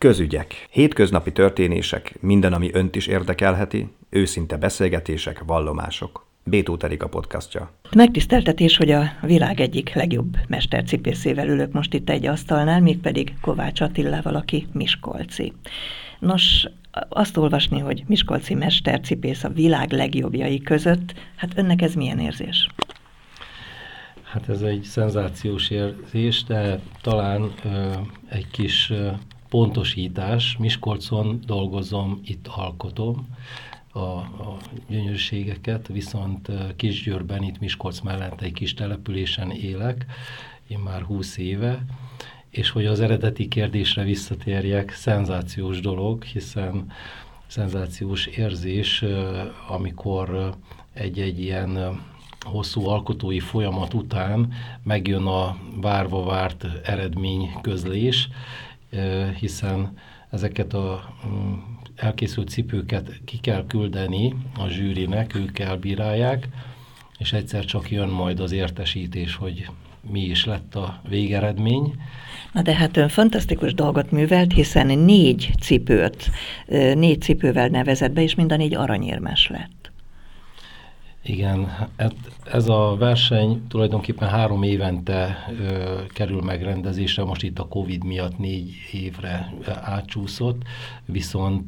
Közügyek, hétköznapi történések, minden, ami önt is érdekelheti, őszinte beszélgetések, vallomások. B. Tóth Erika podcastja. Megtiszteltetés, hogy a világ egyik legjobb mestercipészével ülök most itt egy asztalnál, mégpedig Kovács Attilával, aki miskolci. Nos, azt olvasni, hogy miskolci mestercipész a világ legjobbjai között, hát önnek ez milyen érzés? Hát ez egy szenzációs érzés, de talán egy kis pontosítás. Miskolcon dolgozom, itt alkotom a gyönyörűségeket, viszont Kisgyőrben, itt Miskolc mellett egy kis településen élek, én már 20 éve, és hogy az eredeti kérdésre visszatérjek, szenzációs dolog, hiszen szenzációs érzés, amikor egy ilyen hosszú alkotói folyamat után megjön a várva várt eredményközlés, hiszen ezeket a elkészült cipőket ki kell küldeni a zsűrinek, ők elbírálják, és egyszer csak jön majd az értesítés, hogy mi is lett a végeredmény. Na de hát ön fantasztikus dolgot művelt, hiszen 4 cipővel nevezett be, és mind a 4 aranyérmes lett. Igen, ez a verseny tulajdonképpen 3 évente kerül megrendezésre, most itt a Covid miatt 4 évre átcsúszott, viszont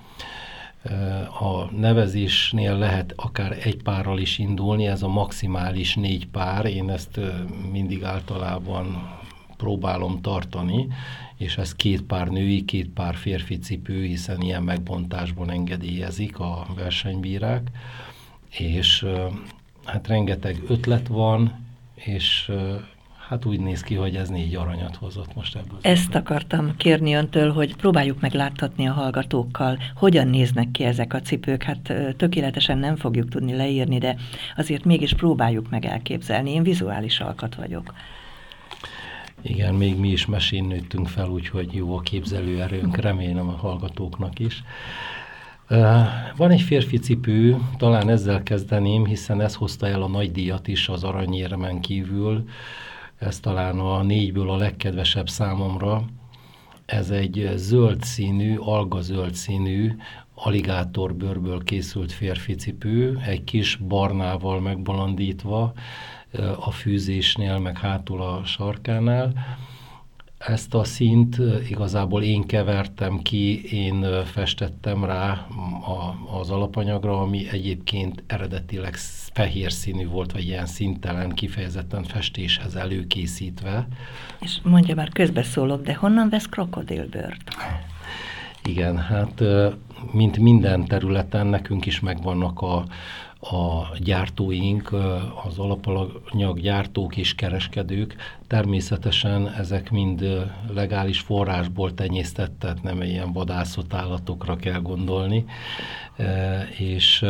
a nevezésnél lehet akár egy párral is indulni, ez a maximális 4 pár, én ezt mindig általában próbálom tartani, és ez 2 pár női, 2 pár férfi cipő, hiszen ilyen megbontásban engedélyezik a versenybírák, és hát rengeteg ötlet van, és hát úgy néz ki, hogy ez 4 aranyat hozott most ebből. Ezt akartam kérni öntől, hogy próbáljuk meg láthatni a hallgatókkal, hogyan néznek ki ezek a cipők. Hát tökéletesen nem fogjuk tudni leírni, de azért mégis próbáljuk meg elképzelni. Én vizuális alkat vagyok. Igen, még mi is mesén nőttünk fel, úgyhogy jó a képzelőerőnk, remélem a hallgatóknak is. Van egy férfi cipő, talán ezzel kezdeném, hiszen ez hozta el a nagy díjat is az aranyérmen kívül. Ez talán a 4-ből a legkedvesebb számomra. Ez egy zöld színű, algazöld színű, aligátorbőrből készült férfi cipő, egy kis barnával megbalandítva a fűzésnél, meg hátul a sarkánál. Ezt a színt igazából én kevertem ki, én festettem rá az alapanyagra, ami egyébként eredetileg fehér színű volt, vagy ilyen színtelen, kifejezetten festéshez előkészítve. És mondja már, közbeszólok, de honnan vesz krokodilbőrt? Igen, hát mint minden területen nekünk is megvannak a gyártóink, az alapanyag gyártók és kereskedők. Természetesen ezek mind legális forrásból tenyésztett, tehát nem ilyen vadászott állatokra kell gondolni. És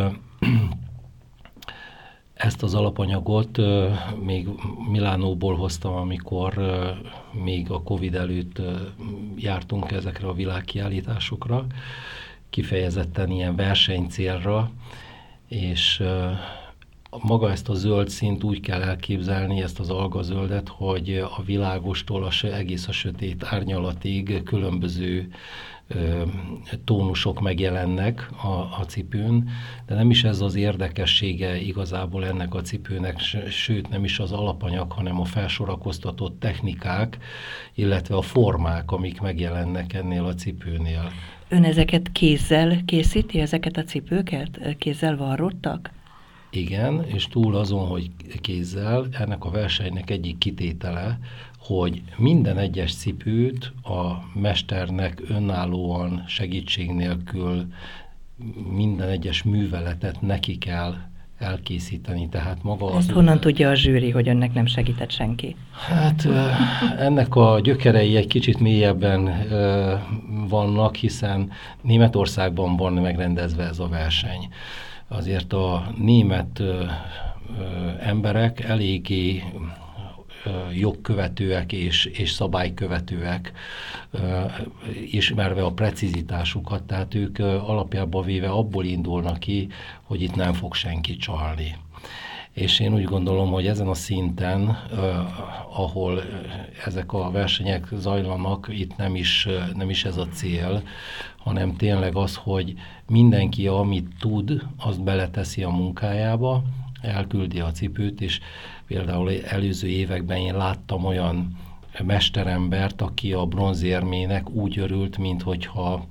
ezt az alapanyagot még Milánóból hoztam, amikor még a Covid előtt jártunk ezekre a világkiállításokra, kifejezetten ilyen versenycélra, és maga ezt a zöld színt úgy kell elképzelni, ezt az algazöldet, hogy a világostól egész a sötét árnyalatig különböző tónusok megjelennek a cipőn, de nem is ez az érdekessége igazából ennek a cipőnek, sőt nem is az alapanyag, hanem a felsorakoztatott technikák, illetve a formák, amik megjelennek ennél a cipőnél. Ön ezeket kézzel készíti, ezeket a cipőket? Kézzel varrottak? Igen, és túl azon, hogy kézzel, ennek a versenynek egyik kitétele, hogy minden egyes cipőt a mesternek önállóan, segítség nélkül minden egyes műveletet neki kell elkészíteni. Tehát maga ezt honnan tudja a zsűri, hogy önnek nem segített senki? Hát ennek a gyökerei egy kicsit mélyebben vannak, hiszen Németországban van megrendezve ez a verseny. Azért a német emberek eléggé jogkövetőek és szabálykövetőek, ismerve a precizitásukat, tehát ők alapjában véve abból indulnak ki, hogy itt nem fog senki csalni. és én úgy gondolom, hogy ezen a szinten, ahol ezek a versenyek zajlanak, itt nem is ez a cél, hanem tényleg az, hogy mindenki, amit tud, azt beleteszi a munkájába, elküldi a cipőt, és például előző években én láttam olyan mesterembert, aki a bronzérmének úgy örült, minthogyha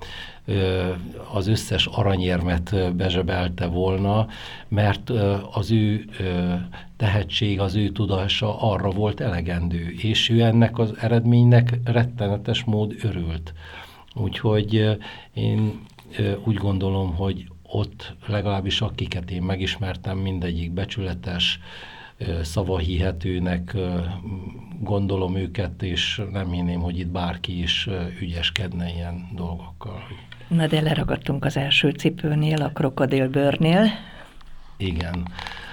az összes aranyérmet bezsebelte volna, mert az ő tehetség, az ő tudása arra volt elegendő, és ő ennek az eredménynek rettenetes mód örült. Úgyhogy én úgy gondolom, hogy ott legalábbis akiket én megismertem, mindegyik becsületes, szavahihetőnek gondolom őket, és nem hinném, hogy itt bárki is ügyeskedne ilyen dolgokkal. Na de leragadtunk az első cipőnél, a krokodilbőrnél. Igen.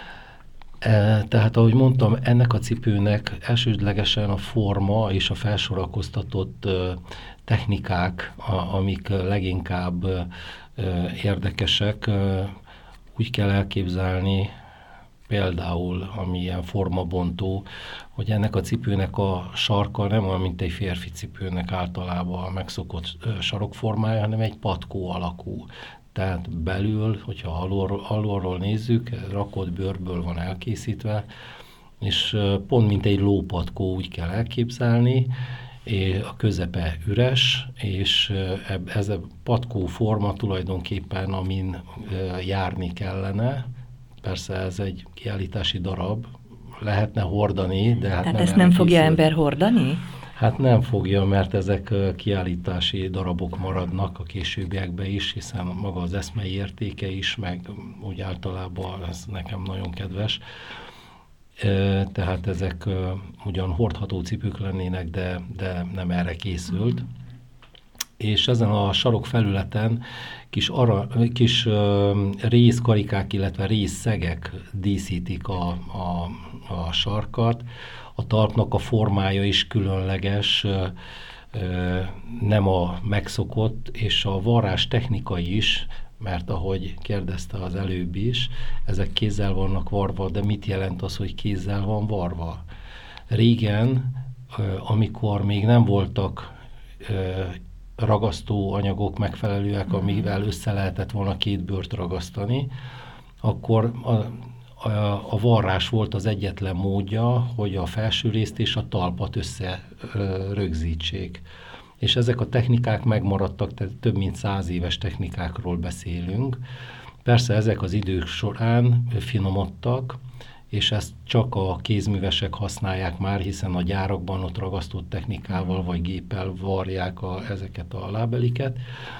Tehát, ahogy mondtam, ennek a cipőnek elsődlegesen a forma és a felsorakoztatott technikák, amik leginkább érdekesek, úgy kell elképzelni, például, ami ilyen formabontó, hogy ennek a cipőnek a sarka nem olyan, mint egy férfi cipőnek általában a megszokott sarokformája, hanem egy patkó alakú. Tehát belül, hogyha alulról nézzük, rakott bőrből van elkészítve, és pont mint egy lópatkó úgy kell elképzelni, és a közepe üres, és ez a patkó forma tulajdonképpen, amin járni kellene. Persze ez egy kiállítási darab, lehetne hordani, de hát tehát ezt nem fogja ember hordani? Hát nem fogja, mert ezek kiállítási darabok maradnak a későbbiekben is, hiszen maga az eszmei értéke is, meg úgy általában ez nekem nagyon kedves. Tehát ezek ugyan hordható cipők lennének, de nem erre készült. És ezen a sarok felületen kis rézkarikák, illetve rézszegek díszítik a sarkat. A talpnak a formája is különleges, nem a megszokott, és a varrás technika is, mert ahogy kérdezte az előbb is, ezek kézzel vannak varva, de mit jelent az, hogy kézzel van varva? Régen, amikor még nem voltak ragasztó anyagok megfelelőek, amivel össze lehetett volna két bőrt ragasztani, akkor a varrás volt az egyetlen módja, hogy a felső részt és a talpat rögzítsék. És ezek a technikák megmaradtak, tehát több mint 100 éves technikákról beszélünk. Persze ezek az idők során finomodtak, és ezt csak a kézművesek használják már, hiszen a gyárakban ott ragasztott technikával vagy géppel varják ezeket a lábeliket.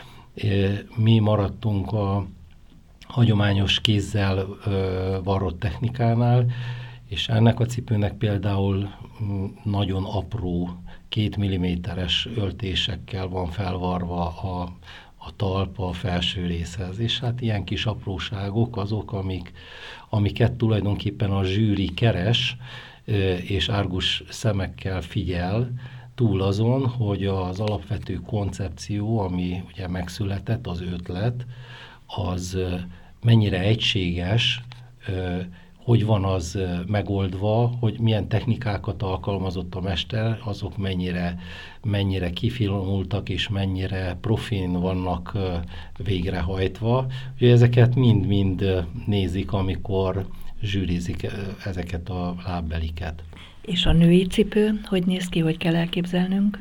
Mi maradtunk a hagyományos kézzel varrott technikánál, és ennek a cipőnek például nagyon apró 2 mm-es öltésekkel van felvarva a talpa a felső részhez. És hát ilyen kis apróságok azok, amiket tulajdonképpen a zsűri keres, és árgus szemekkel figyel, túl azon, hogy az alapvető koncepció, ami ugye megszületett, az ötlet, az mennyire egységes, hogy van az megoldva, hogy milyen technikákat alkalmazott a mester, azok mennyire kifinomultak, és mennyire profin vannak végrehajtva. Ugye ezeket mind-mind nézik, amikor zsűrizik ezeket a lábbeliket. És a női cipő, hogy néz ki, hogy kell elképzelnünk?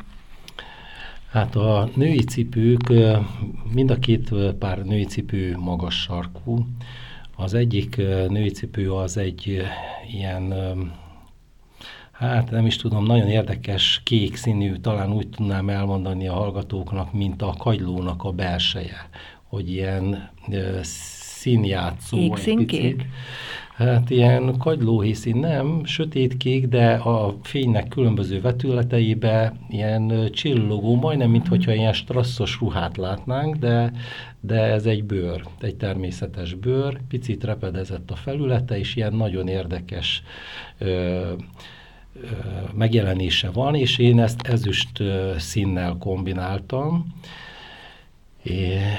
Hát a női cipők, mind a két pár női cipő magas sarkú. Az egyik női cipő az egy ilyen, hát nem is tudom, nagyon érdekes kék színű, talán úgy tudnám elmondani a hallgatóknak, mint a kagylónak a belseje, hogy ilyen színjátszó. Égszínkék? Hát ilyen kagylóhészín nem, sötétkék, de a fénynek különböző vetületeibe ilyen csillogó, majdnem minthogyha ilyen strasszos ruhát látnánk, de ez egy bőr, egy természetes bőr, picit repedezett a felülete, és ilyen nagyon érdekes megjelenése van, és én ezt ezüst színnel kombináltam.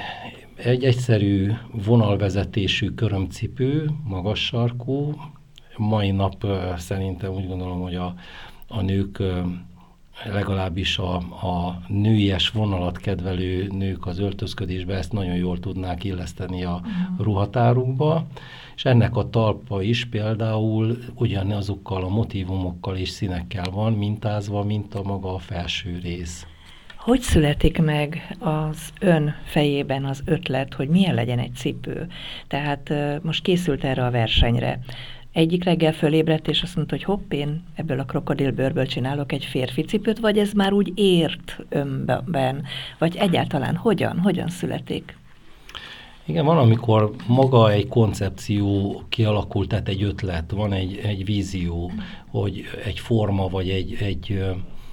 Egy egyszerű vonalvezetésű körömcipő, magas sarkú, mai nap szerintem úgy gondolom, hogy a nők, legalábbis a nőies vonalat kedvelő nők az öltözködésbe ezt nagyon jól tudnák illeszteni a ruhatárukba, és ennek a talpa is például ugyanazokkal a motívumokkal és színekkel van mintázva, mint a maga a felső rész. Hogy születik meg az ön fejében az ötlet, hogy milyen legyen egy cipő? Tehát most készült erre a versenyre. Egyik reggel fölébredt, és azt mondta, hogy hopp, én ebből a krokodilbőrből csinálok egy férfi cipőt, vagy ez már úgy ért önben, vagy egyáltalán hogyan születik? Igen, van, amikor maga egy koncepció kialakult, tehát egy ötlet, van egy vízió, hogy egy forma, vagy egy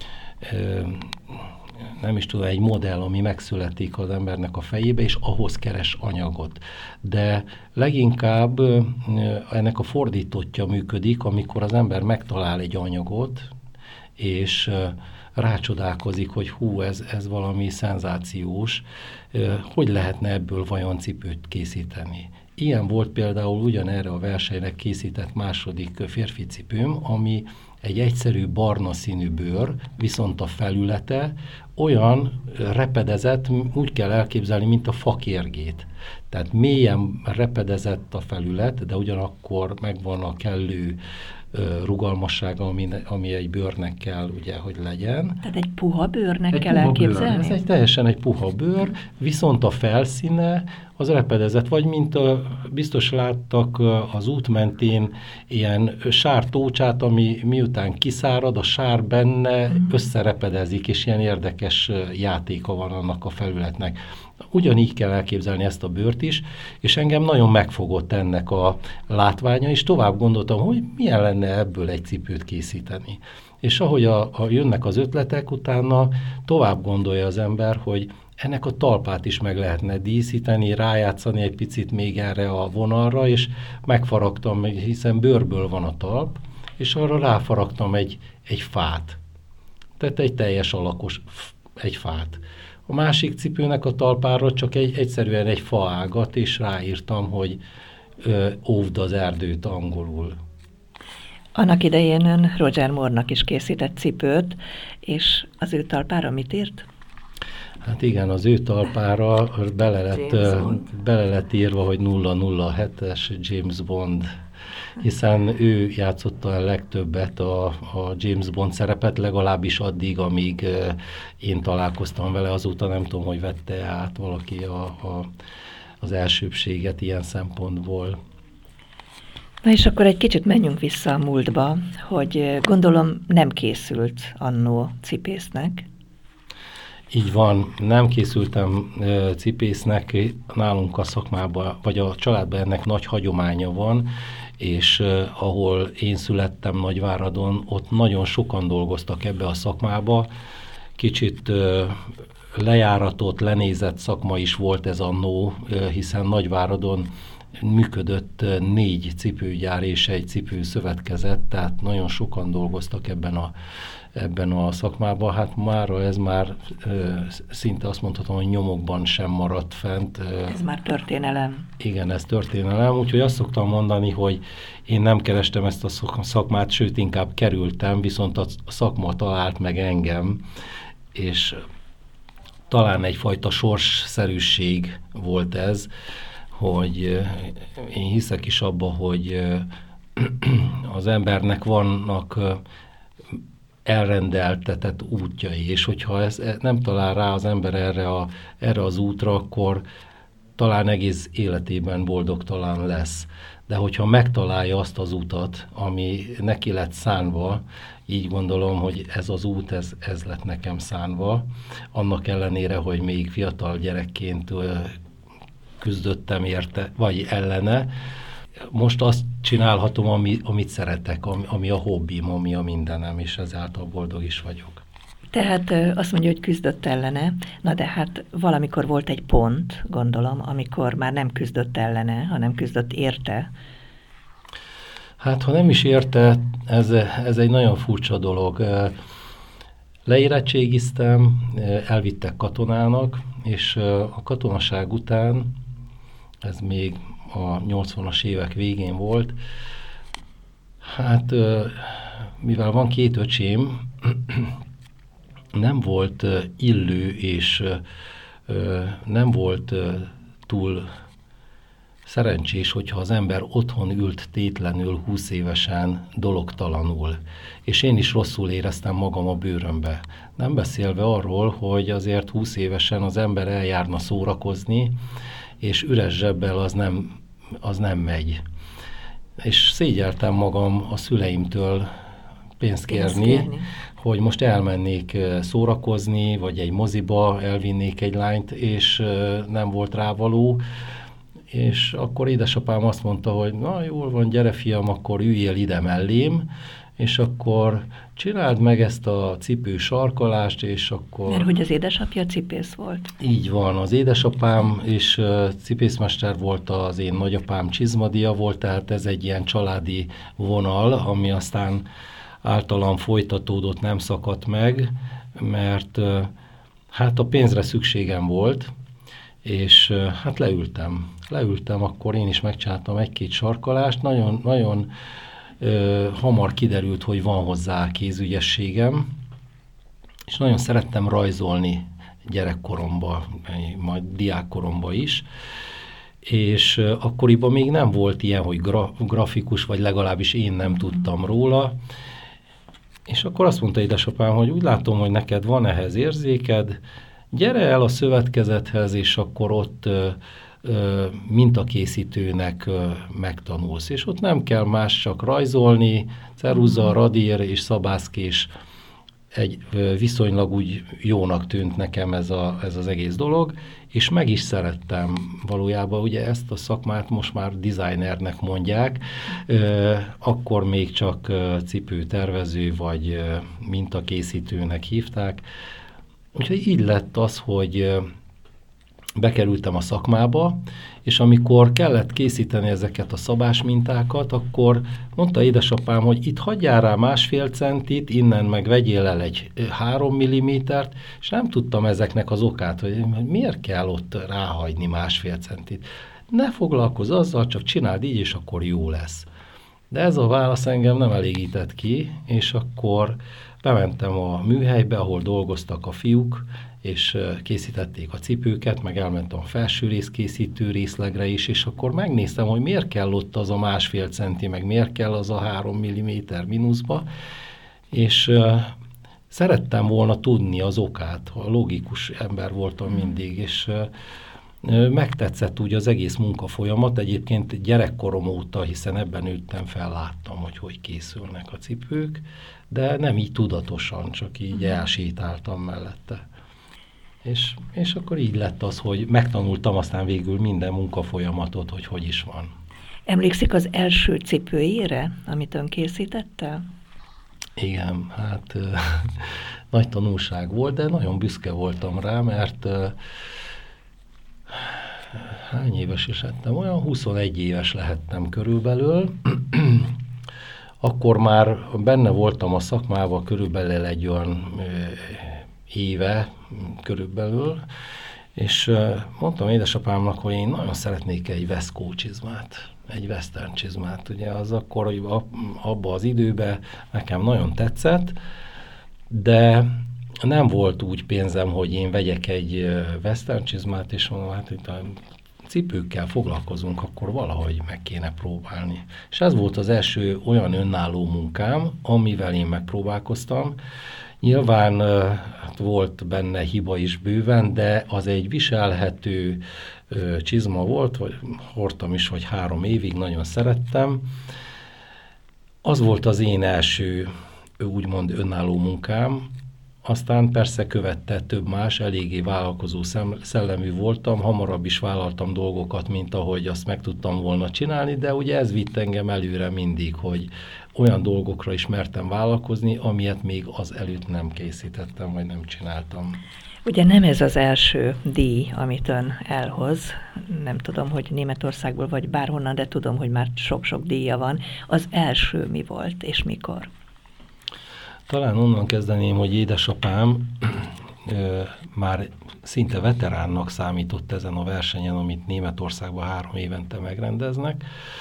nem is tudom, egy modell, ami megszületik az embernek a fejébe, és ahhoz keres anyagot. De leginkább ennek a fordítottja működik, amikor az ember megtalál egy anyagot, és rácsodálkozik, hogy hú, ez valami szenzációs, hogy lehetne ebből vajon cipőt készíteni. Ilyen volt például ugyanerre a versenyre készített második férfi cipőm, ami egy egyszerű barna színű bőr, viszont a felülete olyan repedezett, úgy kell elképzelni, mint a fakérgét. Tehát mélyen repedezett a felület, de ugyanakkor megvan a kellő rugalmassága, ami egy bőrnek kell, ugye, hogy legyen. Tehát egy puha bőrnek kell elképzelni? Ez teljesen egy puha bőr, viszont a felszíne az repedezett, vagy mint biztos láttak az út mentén ilyen sártócsát, ami miután kiszárad, a sár benne összerepedezik, és ilyen érdekes játéka van annak a felületnek. Ugyanígy kell elképzelni ezt a bőrt is, és engem nagyon megfogott ennek a látványa, és tovább gondoltam, hogy milyen lenne ebből egy cipőt készíteni. És ahogy jönnek az ötletek, utána tovább gondolja az ember, hogy ennek a talpát is meg lehetne díszíteni, rájátszani egy picit még erre a vonalra, és megfaragtam, hiszen bőrből van a talp, és arra ráfaragtam egy fát. Tehát egy teljes alakos egy fát. A másik cipőnek a talpára csak egyszerűen egy faágat, és ráírtam, hogy óvd az erdőt angolul. Annak idején ön Roger Moore-nak is készített cipőt, és az ő talpára mit írt? Hát igen, az ő talpára bele lett írva, hogy 007-es James Bond, hiszen ő játszotta a legtöbbet a James Bond szerepet, legalábbis addig, amíg én találkoztam vele, azóta nem tudom, hogy vette át valaki az elsőbbséget ilyen szempontból. Na és akkor egy kicsit menjünk vissza a múltba, hogy gondolom nem készült annó cipésznek. Így van, nem készültem cipésznek, nálunk a szakmában, vagy a családban ennek nagy hagyománya van, és ahol én születtem Nagyváradon, ott nagyon sokan dolgoztak ebbe a szakmába. Kicsit lejáratott, lenézett szakma is volt ez annó, hiszen Nagyváradon működött 4 cipőgyár és egy cipőszövetkezet, tehát nagyon sokan dolgoztak ebben a szakmában. Hát mára ez már szinte azt mondhatom, hogy nyomokban sem maradt fent. Ez már történelem. Igen, ez történelem, úgyhogy azt szoktam mondani, hogy én nem kerestem ezt a szakmát, sőt inkább kerültem, viszont a szakma talált meg engem, és talán egyfajta sorsszerűség volt ez, hogy én hiszek is abba, hogy az embernek vannak elrendeltetett útjai, és hogyha nem talál rá az ember erre az útra, akkor talán egész életében boldogtalan lesz. De hogyha megtalálja azt az utat, ami neki lett szánva, így gondolom, hogy ez az út, ez lett nekem szánva, annak ellenére, hogy még fiatal gyerekként küzdöttem érte, vagy ellene. Most azt csinálhatom, amit szeretek, ami a hobbim, ami a mindenem, és ezáltal boldog is vagyok. Tehát azt mondja, hogy küzdött ellene, na de hát valamikor volt egy pont, gondolom, amikor már nem küzdött ellene, hanem küzdött érte. Hát, ha nem is érte, ez egy nagyon furcsa dolog. Leérettségiztem, elvittek katonának, és a katonaság után, ez még a 80-as évek végén volt, Hát, mivel van 2 öcsém, nem volt illő, és nem volt túl szerencsés, hogyha az ember otthon ült tétlenül 20 évesen dologtalanul. És én is rosszul éreztem magam a bőrömbe. Nem beszélve arról, hogy azért 20 évesen az ember eljárna szórakozni, és üres zsebbel az nem megy. És szégyeltem magam a szüleimtől pénzt kérni, hogy most elmennék szórakozni, vagy egy moziba elvinnék egy lányt, és nem volt rávaló. És akkor édesapám azt mondta, hogy na jól van, gyere fiam, akkor üljél ide mellém, és akkor csináld meg ezt a cipő sarkalást, és akkor... Mert hogy az édesapja cipész volt. Így van, az édesapám és cipészmester volt, az én nagyapám csizmadia volt, tehát ez egy ilyen családi vonal, ami aztán általam folytatódott, nem szakadt meg, mert hát a pénzre szükségem volt, és hát leültem, akkor én is megcsináltam 1-2 sarkalást, nagyon hamar kiderült, hogy van hozzá kézügyességem, és nagyon szerettem rajzolni gyerekkoromban, majd diákkoromban is, és akkoriban még nem volt ilyen, hogy grafikus, vagy legalábbis én nem tudtam róla, és akkor azt mondta édesapám, hogy úgy látom, hogy neked van ehhez érzéked, gyere el a szövetkezethez, és akkor ott mintakészítőnek megtanulsz. És ott nem kell más, csak rajzolni, ceruza, radír és szabászkés. Egy viszonylag úgy jónak tűnt nekem ez az egész dolog, és meg is szerettem valójában. Ugye ezt a szakmát most már designernek mondják, akkor még csak cipőtervező vagy mintakészítőnek hívták. Úgyhogy így lett az, hogy bekerültem a szakmába, és amikor kellett készíteni ezeket a szabás mintákat, akkor mondta édesapám, hogy itt hagyjál rá 1,5 centit, innen meg vegyél el egy 3 mm-t, és nem tudtam ezeknek az okát, hogy miért kell ott ráhagyni 1,5 centit. Ne foglalkozz azzal, csak csináld így, és akkor jó lesz. De ez a válasz engem nem elégített ki, és akkor bementem a műhelybe, ahol dolgoztak a fiúk, és készítették a cipőket, meg elmentem a felső részkészítő részlegre is, és akkor megnéztem, hogy miért kell ott az a 1,5 centi, meg miért kell az a 3 mm mínuszba, és szerettem volna tudni az okát, logikus ember voltam mindig, és megtetszett úgy az egész munkafolyamat, egyébként gyerekkorom óta, hiszen ebben nőttem fel, láttam, hogy készülnek a cipők, de nem így tudatosan, csak így elsétáltam mellette. És akkor így lett az, hogy megtanultam aztán végül minden munkafolyamatot, hogy is van. Emlékszik az első cipőjére, amit ön készítette? Igen, hát nagy tanulság volt, de nagyon büszke voltam rá, mert hány éves is lettem? Olyan 21 éves lehettem körülbelül. Akkor már benne voltam a szakmában körülbelül egy olyan éve körülbelül, és mondtam édesapámnak, hogy én nagyon szeretnék egy Vesco csizmát, egy western csizmát. Ugye az akkor abban az időben nekem nagyon tetszett, de nem volt úgy pénzem, hogy én vegyek egy western csizmát, és mondom, hát itt a cipőkkel foglalkozunk, akkor valahogy meg kéne próbálni. És ez volt az első olyan önálló munkám, amivel én megpróbálkoztam. Nyilván volt benne hiba is bőven, de az egy viselhető csizma volt, vagy hordtam is, hogy 3 évig, nagyon szerettem. Az volt az én első, úgymond önálló munkám, aztán persze követte több más, eléggé vállalkozó szellemű voltam, hamarabb is vállaltam dolgokat, mint ahogy azt meg tudtam volna csinálni, de ugye ez vitt engem előre mindig, hogy olyan dolgokra is mertem vállalkozni, amilyet még az előtt nem készítettem, vagy nem csináltam. Ugye nem ez az első díj, amit ön elhoz. Nem tudom, hogy Németországból vagy bárhonnan, de tudom, hogy már sok-sok díja van. Az első mi volt, és mikor? Talán onnan kezdeném, hogy édesapám már szinte veteránnak számított ezen a versenyen, amit Németországban 3 évente megrendeznek,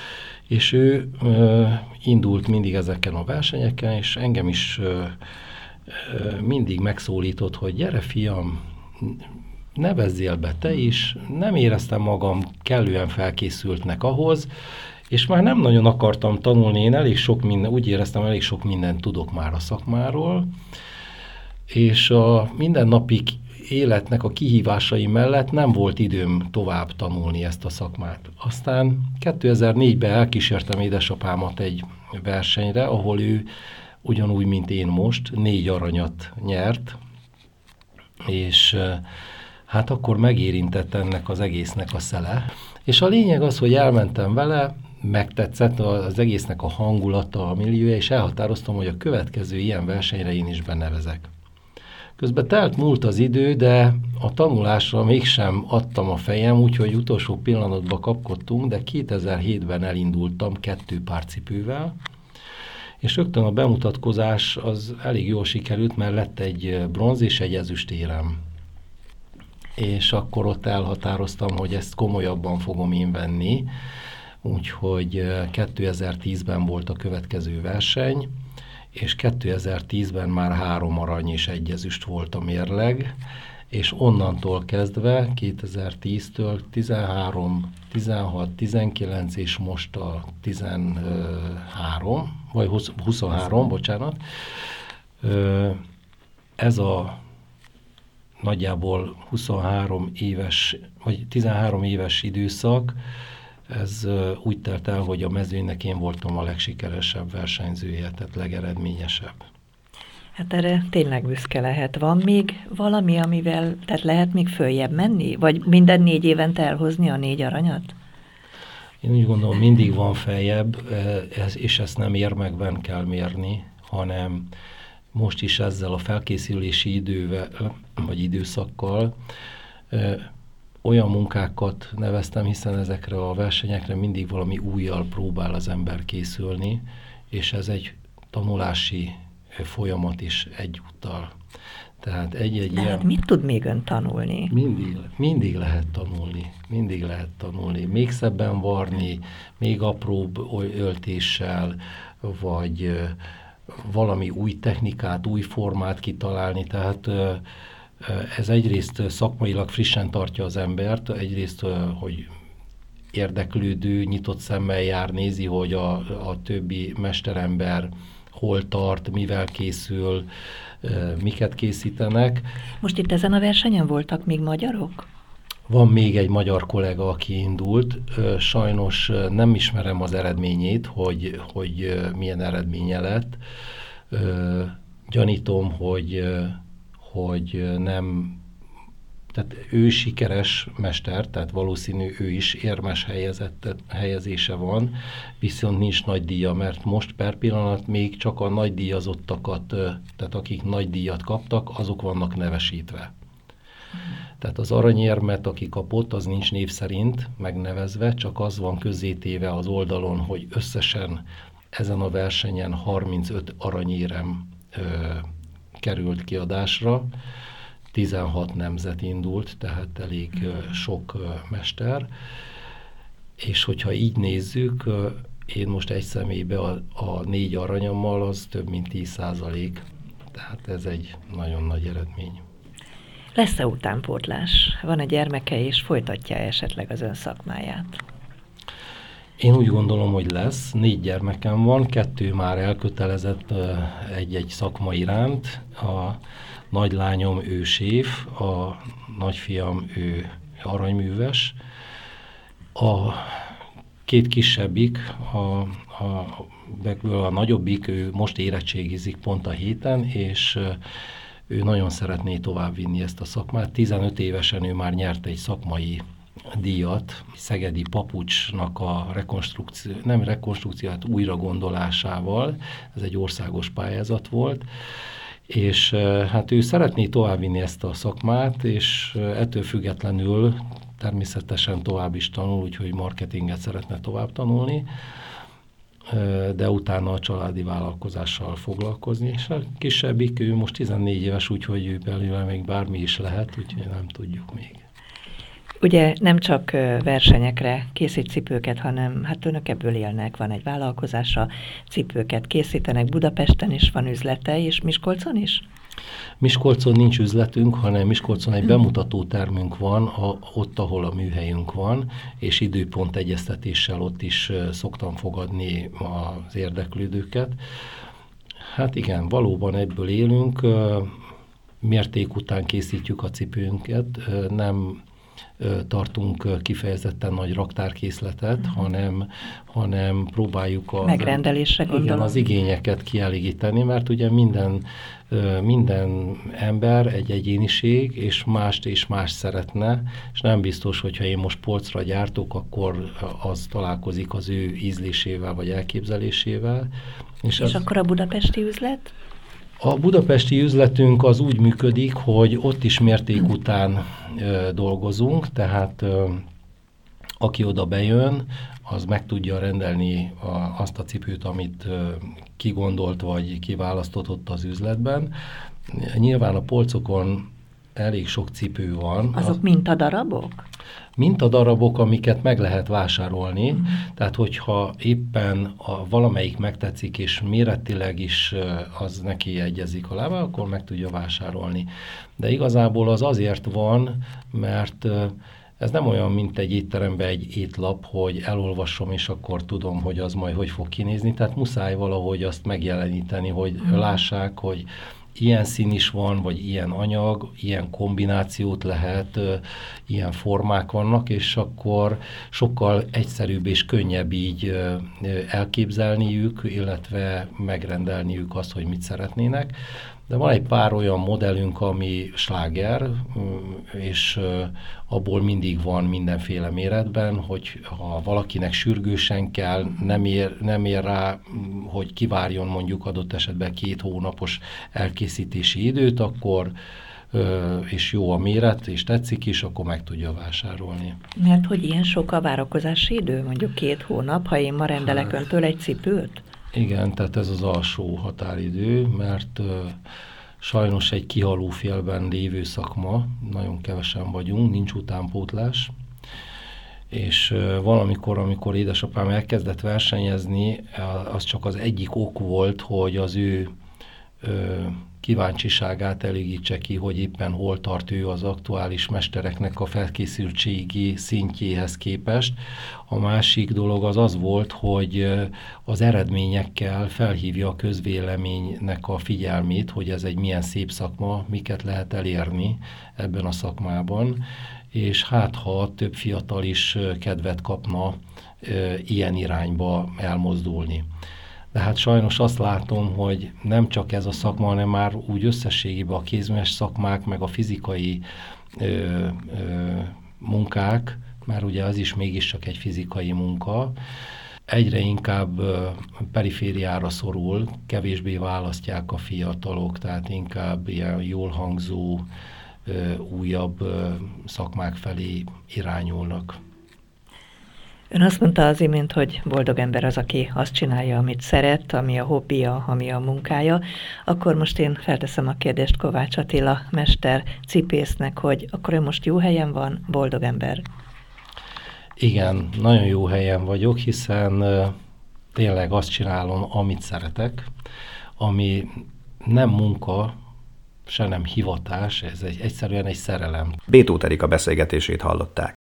És ő indult mindig ezeken a versenyeken, és engem is mindig megszólított, hogy gyere fiam, nevezzél be te is, nem éreztem magam kellően felkészültnek ahhoz, és már nem nagyon akartam tanulni, én úgy éreztem, elég sok mindent tudok már a szakmáról, és a mindennapi életnek a kihívásai mellett nem volt időm tovább tanulni ezt a szakmát. Aztán 2004-ben elkísértem édesapámat egy versenyre, ahol ő ugyanúgy, mint én most, 4 aranyat nyert, és hát akkor megérintett ennek az egésznek a szele. És a lényeg az, hogy elmentem vele, megtetszett az egésznek a hangulata, a milliója, és elhatároztam, hogy a következő ilyen versenyre én is benevezek. Közben múlt az idő, de a tanulásra mégsem adtam a fejem, úgyhogy utolsó pillanatban kapkodtunk, de 2007-ben elindultam 2 párcipővel, és rögtön a bemutatkozás az elég jól sikerült, mert lett egy bronz és egy ezüstérem. És akkor ott elhatároztam, hogy ezt komolyabban fogom én venni, úgyhogy 2010-ben volt a következő verseny, és 2010-ben már 3 arany és 1 ezüst volt a mérleg, és onnantól kezdve 2010-től 13, 16, 19 és most a 13, vagy 23, bocsánat. Ez a nagyjából 23 éves, vagy 13 éves időszak, ez úgy telt el, hogy a mezőnynek én voltam a legsikeresebb versenyzője, tehát legeredményesebb. Hát erre tényleg büszke lehet. Van még valami, amivel, tehát lehet még följebb menni? Vagy minden 4 évente elhozni a 4 aranyat? Én úgy gondolom, mindig van feljebb, és ezt nem érmekben kell mérni, hanem most is ezzel a felkészülési idővel, vagy időszakkal olyan munkákat neveztem, hiszen ezekre a versenyekre mindig valami újjal próbál az ember készülni, és ez egy tanulási folyamat is egyúttal. Tehát egy-egy ilyen... Hát mit tud még ön tanulni? Mindig lehet tanulni. Mindig lehet tanulni. Még szebben varni, még apróbb öltéssel, vagy valami új technikát, új formát kitalálni. Tehát ez egyrészt szakmailag frissen tartja az embert, egyrészt, hogy érdeklődő, nyitott szemmel jár, nézi, hogy a többi mesterember hol tart, mivel készül, miket készítenek. Most itt ezen a versenyen voltak még magyarok? Van még egy magyar kollega, aki indult. Sajnos nem ismerem az eredményét, hogy milyen eredménye lett. Gyanítom, hogy nem, tehát ő sikeres mester, tehát valószínű ő is érmes helyezése van, viszont nincs nagy díja, mert most per pillanat még csak a nagy díjazottakat, tehát akik nagy díjat kaptak, azok vannak nevesítve. Tehát az aranyérmet, aki kapott, az nincs név szerint megnevezve, csak az van közzétéve az oldalon, hogy összesen ezen a versenyen 35 aranyérem került kiadásra, 16 nemzet indult, tehát elég sok mester, és hogyha így nézzük, én most egy személybe a 4 aranyammal, az több mint 10%, tehát ez egy nagyon nagy eredmény. Lesz-e utánpótlás? Van-e gyermeke, és folytatja esetleg az ön szakmáját? Én úgy gondolom, hogy lesz. 4 gyermekem van, 2 már elkötelezett egy-egy szakma iránt. A nagylányom, ő séf, a nagyfiam, ő aranyműves. A 2 kisebbik, a nagyobbik, ő most érettségizik pont a héten, és ő nagyon szeretné továbbvinni ezt a szakmát. 15 évesen ő már nyert egy szakmai díjat, szegedi papucsnak a újragondolásával, ez egy országos pályázat volt, és hát ő szeretné továbbvinni ezt a szakmát, és ettől függetlenül természetesen tovább is tanul, úgyhogy marketinget szeretne tovább tanulni, de utána a családi vállalkozással foglalkozni, és a kisebbik, ő most 14 éves, úgyhogy ő belőle még bármi is lehet, úgyhogy nem tudjuk még. Ugye nem csak versenyekre készít cipőket, hanem hát önök ebből élnek. Van egy vállalkozása, cipőket készítenek, Budapesten is van üzlete, és Miskolcon is? Miskolcon nincs üzletünk, hanem Miskolcon egy bemutató termünk van, ott, ahol a műhelyünk van, és időpont egyeztetéssel ott is szoktam fogadni az érdeklődőket. Hát igen, valóban ebből élünk, mérték után készítjük a cipőnket, nem tartunk kifejezetten nagy raktárkészletet, hanem próbáljuk megrendelésre gondolom. Az igényeket kielégíteni, mert ugye minden ember egy egyéniség, és más szeretne, és nem biztos, hogyha én most polcra gyártok, akkor az találkozik az ő ízlésével, vagy elképzelésével. És akkor a budapesti üzlet? A budapesti üzletünk az úgy működik, hogy ott is mérték után dolgozunk, tehát aki oda bejön, az meg tudja rendelni azt a cipőt, amit kigondolt vagy kiválasztott ott az üzletben. Nyilván a polcokon elég sok cipő van. Azok mintadarabok? Mintadarabok, amiket meg lehet vásárolni, tehát hogyha éppen valamelyik megtetszik, és méretileg is az neki egyezik a lába, akkor meg tudja vásárolni. De igazából az azért van, mert ez nem olyan, mint egy étteremben egy étlap, hogy elolvasom, és akkor tudom, hogy az majd hogy fog kinézni. Tehát muszáj valahogy azt megjeleníteni, hogy lássák, hogy ilyen szín is van, vagy ilyen anyag, ilyen kombinációt lehet, ilyen formák vannak, és akkor sokkal egyszerűbb és könnyebb így elképzelniük, illetve megrendelniük azt, hogy mit szeretnének. De van egy pár olyan modellünk, ami sláger, és abból mindig van mindenféle méretben, hogy ha valakinek sürgősen kell, nem ér rá, hogy kivárjon mondjuk adott esetben 2 hónapos elkészítési időt, akkor és jó a méret, és tetszik is, akkor meg tudja vásárolni. Mert hogy ilyen sok a várakozási idő, mondjuk 2 hónap, ha én ma rendelek öntől egy cipőt? Igen, tehát ez az alsó határidő, mert sajnos egy kihaló félben lévő szakma, nagyon kevesen vagyunk, nincs utánpótlás, és valamikor, amikor édesapám elkezdett versenyezni, az csak az egyik ok volt, hogy az ő kíváncsiságát elégítse ki, hogy éppen hol tart ő az aktuális mestereknek a felkészültségi szintjéhez képest. A másik dolog az volt, hogy az eredményekkel felhívja a közvéleménynek a figyelmét, hogy ez egy milyen szép szakma, miket lehet elérni ebben a szakmában, és hát ha több fiatal is kedvet kapna ilyen irányba elmozdulni. De hát sajnos azt látom, hogy nem csak ez a szakma, hanem már úgy összességében a kézműves szakmák, meg a fizikai munkák, mert ugye az is mégiscsak egy fizikai munka, egyre inkább perifériára szorul, kevésbé választják a fiatalok, tehát inkább ilyen jól hangzó, újabb szakmák felé irányulnak. Ön azt mondta az imént, hogy boldog ember az, aki azt csinálja, amit szeret, ami a hobbija, ami a munkája. Akkor most én felteszem a kérdést Kovács Attila mester cipésznek, hogy akkor ő most jó helyen van, boldog ember? Igen, nagyon jó helyen vagyok, hiszen tényleg azt csinálom, amit szeretek, ami nem munka, se nem hivatás, ez egyszerűen egy szerelem. B. Tóth Erika beszélgetését hallották.